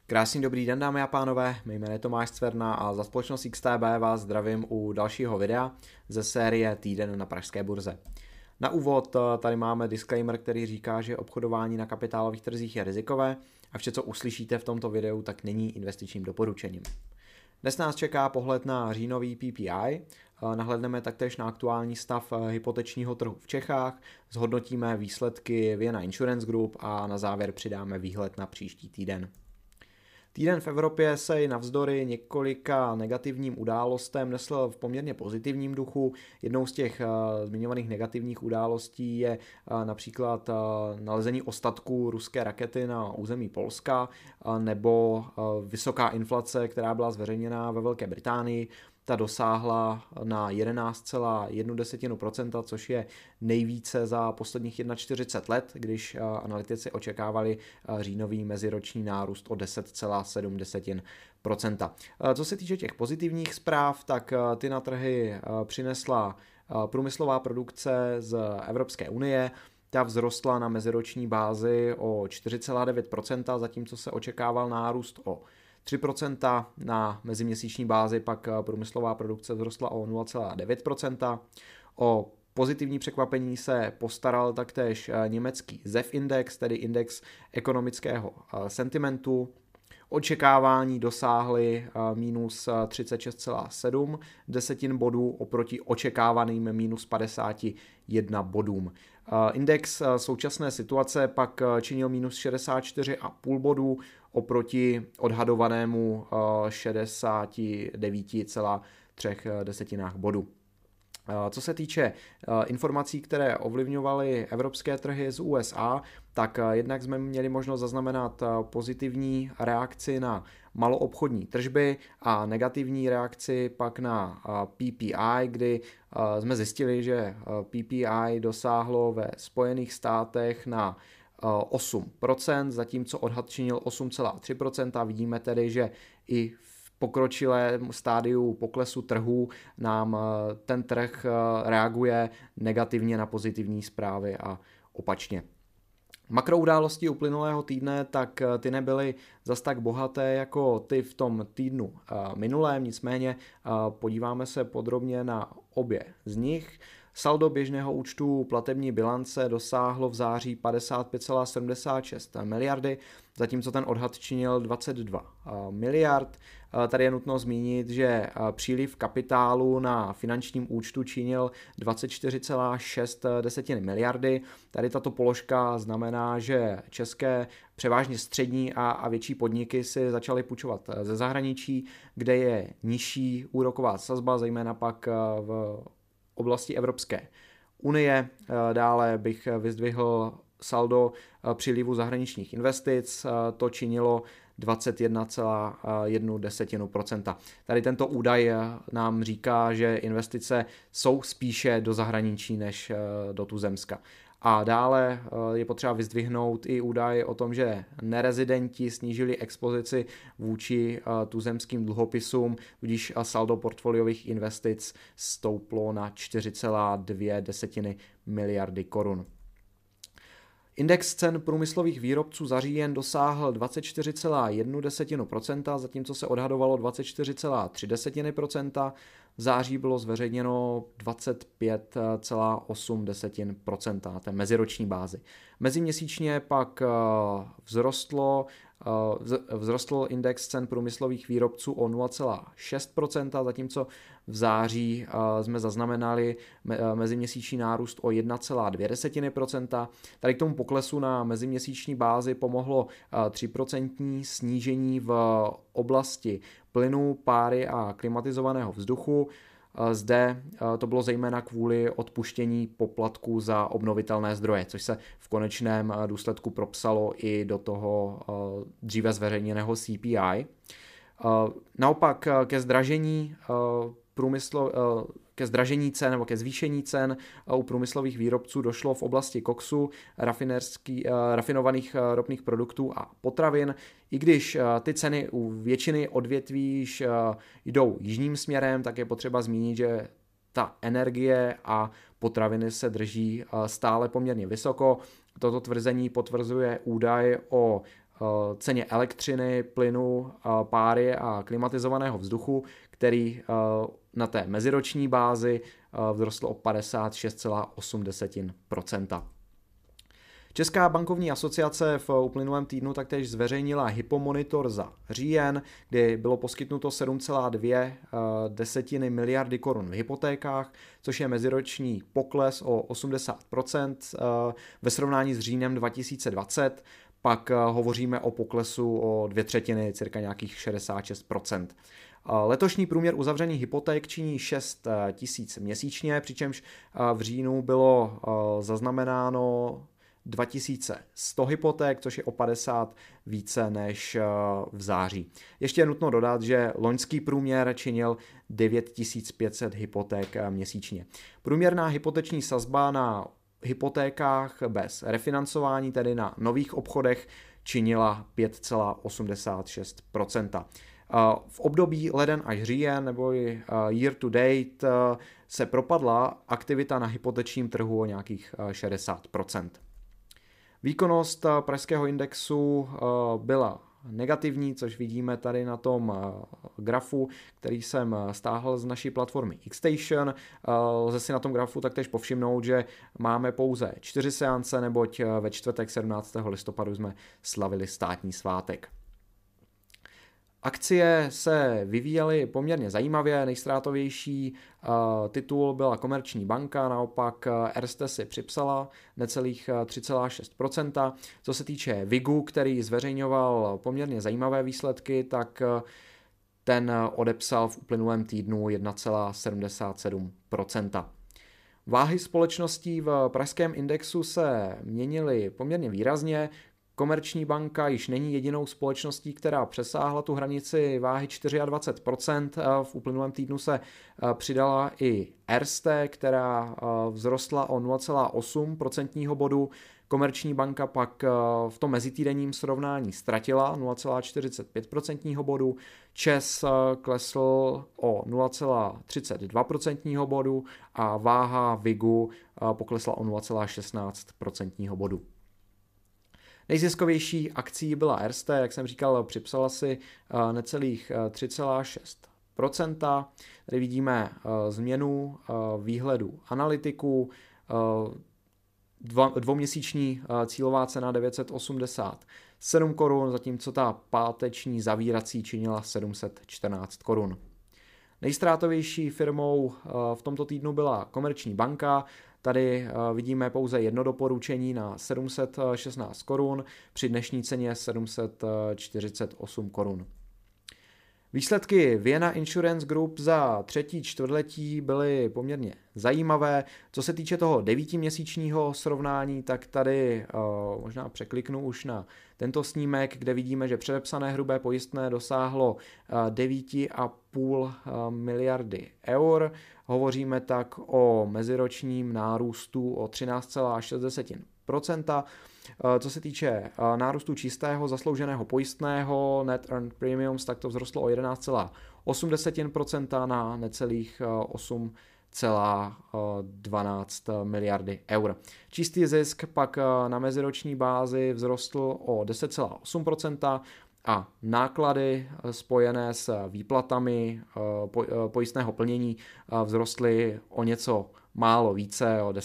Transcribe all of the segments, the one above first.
Krásný dobrý den, dámy a pánové, mé jméno je Tomáš Cverna a za společnost XTB vás zdravím u dalšího videa ze série Týden na pražské burze. Na úvod tady máme disclaimer, který říká, že obchodování na kapitálových trzích je rizikové a vše, co uslyšíte v tomto videu, tak není investičním doporučením. Dnes nás čeká pohled na říjnový PPI, nahlédneme taktéž na aktuální stav hypotečního trhu v Čechách, zhodnotíme výsledky Vienna Insurance Group a na závěr přidáme výhled na příští týden. Týden v Evropě se i navzdory několika negativním událostem nesl v poměrně pozitivním duchu. Jednou z těch zmiňovaných negativních událostí je například nalezení ostatků ruské rakety na území Polska nebo vysoká inflace, která byla zveřejněna ve Velké Británii. Ta dosáhla na 11,1%, což je nejvíce za posledních 41 let, když analytici očekávali říjnový meziroční nárůst o 10,7%. Co se týče těch pozitivních zpráv, tak ty na trhy přinesla průmyslová produkce z Evropské unie. Ta vzrostla na meziroční bázi o 4,9%, zatímco se očekával nárůst o 3%, na meziměsíční bázi pak průmyslová produkce vzrostla o 0,9%. O pozitivní překvapení se postaral taktéž německý ZEF index, tedy index ekonomického sentimentu. Očekávání dosáhly minus 36,7 bodů oproti očekávaným minus 51 bodům. Index současné situace pak činil minus 64,5 bodů oproti odhadovanému 69,3 bodů. Co se týče informací, které ovlivňovaly evropské trhy z USA, tak jednak jsme měli možnost zaznamenat pozitivní reakci na maloobchodní tržby a negativní reakci pak na PPI, kdy jsme zjistili, že PPI dosáhlo ve Spojených státech na 8%, zatímco odhad činil 8,3%. Vidíme tedy, že i v pokročilém stádiu poklesu trhů nám ten trh reaguje negativně na pozitivní zprávy a opačně. Makroudálosti uplynulého týdne, tak ty nebyly zas tak bohaté jako ty v tom týdnu minulém, nicméně podíváme se podrobně na obě z nich. Saldo běžného účtu platební bilance dosáhlo v září 55,76 miliardy, zatímco ten odhad činil 22 miliard. Tady je nutno zmínit, že příliv kapitálu na finančním účtu činil 24,6 miliardy. Tady tato položka znamená, že české převážně střední a větší podniky si začaly půjčovat ze zahraničí, kde je nižší úroková sazba, zejména pak v oblasti Evropské unie. Dále bych vyzdvihl saldo přílivu zahraničních investic, to činilo 21,1%. Tady tento údaj nám říká, že investice jsou spíše do zahraničí než do tuzemska. A dále je potřeba vyzdvihnout i údaj o tom, že nerezidenti snížili expozici vůči tuzemským dluhopisům, tudíž saldo portfoliových investic stouplo na 4,2 miliardy korun. Index cen průmyslových výrobců za říjen dosáhl 24,1%, zatímco se odhadovalo 24,3%. V září bylo zveřejněno 25,8% na té meziroční bázi. Meziměsíčně pak vzrostl index cen průmyslových výrobců o 0,6%, zatímco v září jsme zaznamenali meziměsíční nárůst o 1,2%. Tady k tomu poklesu na meziměsíční bázi pomohlo 3% snížení v oblasti plynu, páry a klimatizovaného vzduchu. Zde to bylo zejména kvůli odpuštění poplatků za obnovitelné zdroje, což se v konečném důsledku propsalo i do toho dříve zveřejněného CPI. Naopak ke zdražení cen nebo ke zvýšení cen u průmyslových výrobců došlo v oblasti koksu, rafinovaných ropných produktů a potravin. I když ty ceny u většiny odvětví jdou jižním směrem, tak je potřeba zmínit, že ta energie a potraviny se drží stále poměrně vysoko. Toto tvrzení potvrzuje údaj o ceně elektřiny, plynu, páry a klimatizovaného vzduchu, který na té meziroční bázi vzrostl o 56,8%. Česká bankovní asociace v uplynulém týdnu taktéž zveřejnila Hypomonitor za říjen, kdy bylo poskytnuto 7,2 miliardy korun v hypotékách, což je meziroční pokles o 80% ve srovnání s říjnem 2020. Pak hovoříme o poklesu o 2/3, cirka nějakých 66%. Letošní průměr uzavřených hypoték činí 6 tisíc měsíčně, přičemž v říjnu bylo zaznamenáno 2100 hypoték, což je o 50 více než v září. Ještě je nutno dodat, že loňský průměr činil 9500 hypoték měsíčně. Průměrná hypoteční sazba na hypotékách bez refinancování, tedy na nových obchodech, činila 5,86%. V období leden až říjen nebo year to date se propadla aktivita na hypotečním trhu o nějakých 60%. Výkonnost pražského indexu byla negativní, což vidíme tady na tom grafu, který jsem stáhl z naší platformy Xstation. Lze si na tom grafu taktéž povšimnout, že máme pouze 4 seance, neboť ve čtvrtek 17. listopadu jsme slavili státní svátek. Akcie se vyvíjely poměrně zajímavě, nejztrátovější titul byla Komerční banka, naopak Erste si připsala necelých 3,6%. Co se týče VIGu, který zveřejňoval poměrně zajímavé výsledky, tak ten odepsal v uplynulém týdnu 1,77%. Váhy společností v pražském indexu se měnily poměrně výrazně. Komerční banka již není jedinou společností, která přesáhla tu hranici váhy 24%. V uplynulém týdnu se přidala i Erste, která vzrostla o 0,8% bodu. Komerční banka pak v tom mezitýdenním srovnání ztratila 0,45% bodu. ČEZ klesl o 0,32% bodu a váha VIGu poklesla o 0,16% bodu. Nejziskovější akcí byla Erste, jak jsem říkal, připsala si necelých 3,6%. Tady vidíme změnu výhledu analytiků, dvouměsíční cílová cena 987 korun, zatímco ta páteční zavírací činila 714 korun. Nejztrátovější firmou v tomto týdnu byla Komerční banka. Tady vidíme pouze jedno doporučení na 716 korun, při dnešní ceně 748 korun. Výsledky Vienna Insurance Group za třetí čtvrtletí byly poměrně zajímavé. Co se týče toho 9měsíčního srovnání, tak tady možná překliknu už na tento snímek, kde vidíme, že předepsané hrubé pojistné dosáhlo 9,5 miliardy eur. Hovoříme tak o meziročním nárůstu o 13,6%. Co se týče nárůstu čistého zaslouženého pojistného net earned premiums, tak to vzrostlo o 11,8% na necelých 8,12 miliardy eur. Čistý zisk pak na meziroční bázi vzrostl o 10,8% a náklady spojené s výplatami pojistného plnění vzrostly o něco málo více, o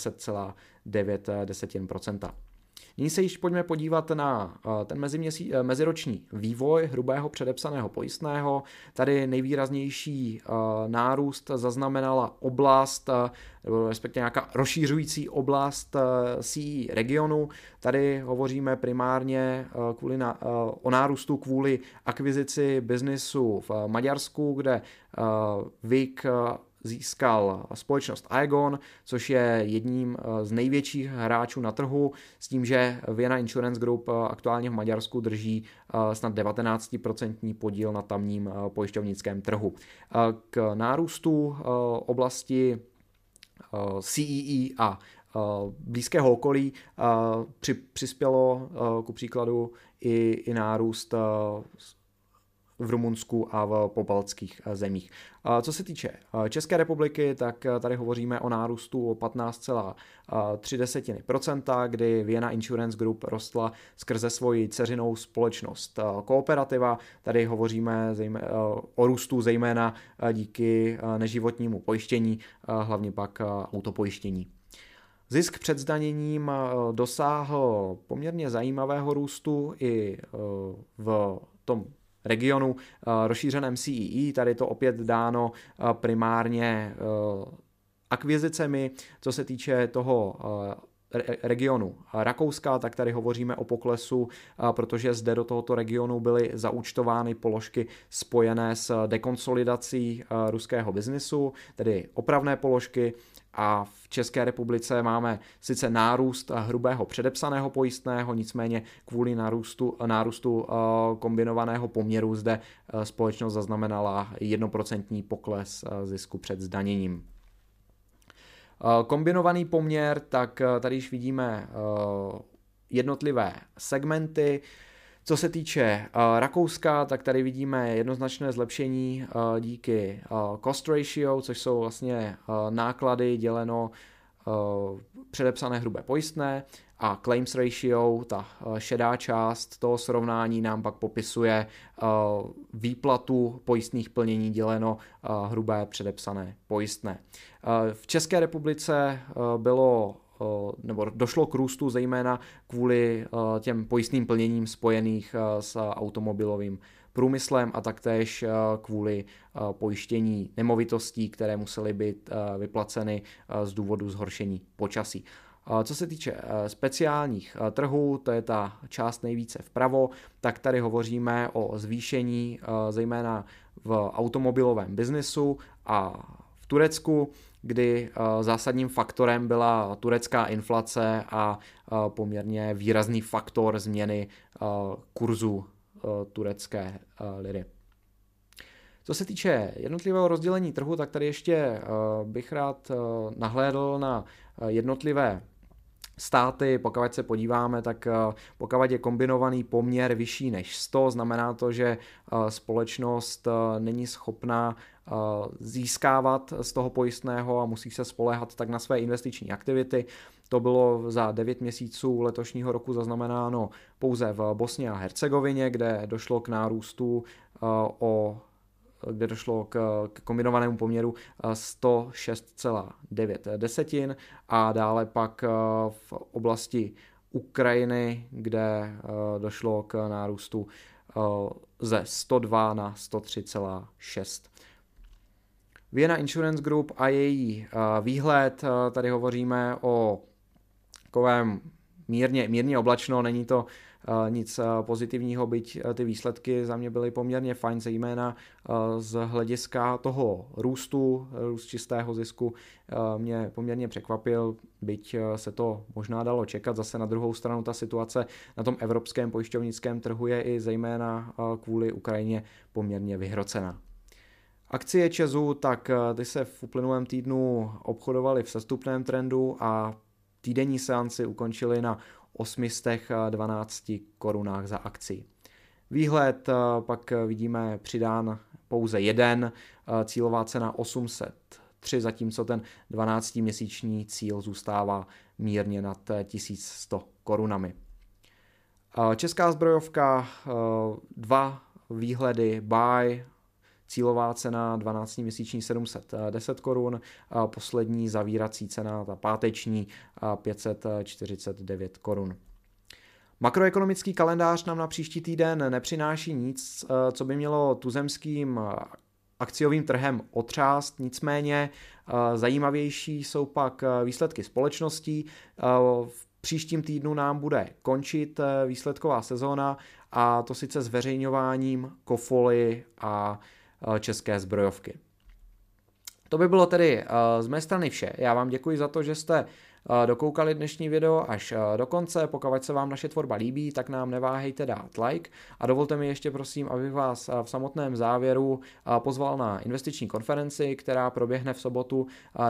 10,9%. Nyní se již pojďme podívat na ten meziroční vývoj hrubého předepsaného pojistného. Tady nejvýraznější nárůst zaznamenala oblast, respektive nějaká rozšířující oblast CEE regionu. Tady hovoříme primárně o nárůstu kvůli akvizici biznisu v Maďarsku, kde VIG získal společnost Aegon, což je jedním z největších hráčů na trhu, s tím, že Vienna Insurance Group aktuálně v Maďarsku drží snad 19% podíl na tamním pojišťovnickém trhu. K nárůstu oblasti CEE a blízkého okolí přispělo ku příkladu i nárůst v Rumunsku a v pobaltských zemích. Co se týče České republiky, tak tady hovoříme o nárůstu o 15,3%, kdy Vienna Insurance Group rostla skrze svoji dceřinou společnost Kooperativa. Tady hovoříme o růstu zejména díky neživotnímu pojištění, hlavně pak autopojištění. Zisk před zdaněním dosáhl poměrně zajímavého růstu i v tom regionu rozšířeném CEE, tady to opět dáno primárně akvizicemi. Co se týče toho regionu Rakouska, tak tady hovoříme o poklesu, protože zde do tohoto regionu byly zaúčtovány položky spojené s dekonsolidací ruského biznisu, tedy opravné položky, a v České republice máme sice nárůst hrubého předepsaného pojistného, nicméně kvůli nárůstu kombinovaného poměru zde společnost zaznamenala 1% pokles zisku před zdaněním. Kombinovaný poměr, tak tady již vidíme jednotlivé segmenty. Co se týče Rakouska, tak tady vidíme jednoznačné zlepšení díky cost ratio, což jsou vlastně náklady děleno předepsané hrubé pojistné, a claims ratio, ta šedá část toho srovnání, nám pak popisuje výplatu pojistných plnění děleno hrubé předepsané pojistné. V České republice došlo k růstu zejména kvůli těm pojistným plněním spojených s automobilovým průmyslem a taktéž kvůli pojištění nemovitostí, které musely být vyplaceny z důvodu zhoršení počasí. Co se týče speciálních trhů, to je ta část nejvíce vpravo, tak tady hovoříme o zvýšení zejména v automobilovém biznesu a v Turecku, kdy zásadním faktorem byla turecká inflace a poměrně výrazný faktor změny kurzu turecké liry. Co se týče jednotlivého rozdělení trhu, tak tady ještě bych rád nahlédl na jednotlivé státy. Pokud se podíváme, tak pokud je kombinovaný poměr vyšší než 100, znamená to, že společnost není schopná získávat z toho pojistného a musí se spoléhat tak na své investiční aktivity. To bylo za 9 měsíců letošního roku zaznamenáno pouze v Bosně a Hercegovině, kde došlo k nárůstu kde došlo k kombinovanému poměru 106,9 a dále pak v oblasti Ukrajiny, kde došlo k nárůstu ze 102 na 103,6. Vienna Insurance Group a její výhled, tady hovoříme o takovém mírně oblačno, není to nic pozitivního, byť ty výsledky za mě byly poměrně fajn, zejména z hlediska toho růst čistého zisku mě poměrně překvapil, byť se to možná dalo čekat. Zase na druhou stranu ta situace na tom evropském pojišťovnickém trhu je i zejména kvůli Ukrajině poměrně vyhrocená. Akcie ČEZu, tak ty se v uplynulém týdnu obchodovaly v sestupném trendu a týdenní seanci ukončily na 812 korunách za akci. Výhled pak vidíme přidán pouze jeden, cílová cena 803, zatímco ten 12-měsíční cíl zůstává mírně nad 1100 korunami. Česká zbrojovka, 2 výhledy buy, cílová cena 12-měsíční 710 korun, poslední zavírací cena, ta páteční, 549 korun. Makroekonomický kalendář nám na příští týden nepřináší nic, co by mělo tuzemským akciovým trhem otřást, nicméně zajímavější jsou pak výsledky společností. V příštím týdnu nám bude končit výsledková sezóna, a to sice zveřejňováním Kofoly a České zbrojovky. To by bylo tedy z mé strany vše. Já vám děkuji za to, že jste dokoukali dnešní video až do konce. Pokud se vám naše tvorba líbí, tak nám neváhejte dát like a dovolte mi ještě prosím, abych vás v samotném závěru pozval na investiční konferenci, která proběhne v sobotu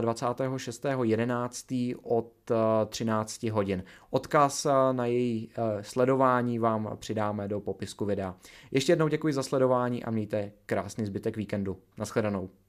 26.11. od 13 hodin. Odkaz na její sledování vám přidáme do popisku videa. Ještě jednou děkuji za sledování a mějte krásný zbytek víkendu. Naschledanou.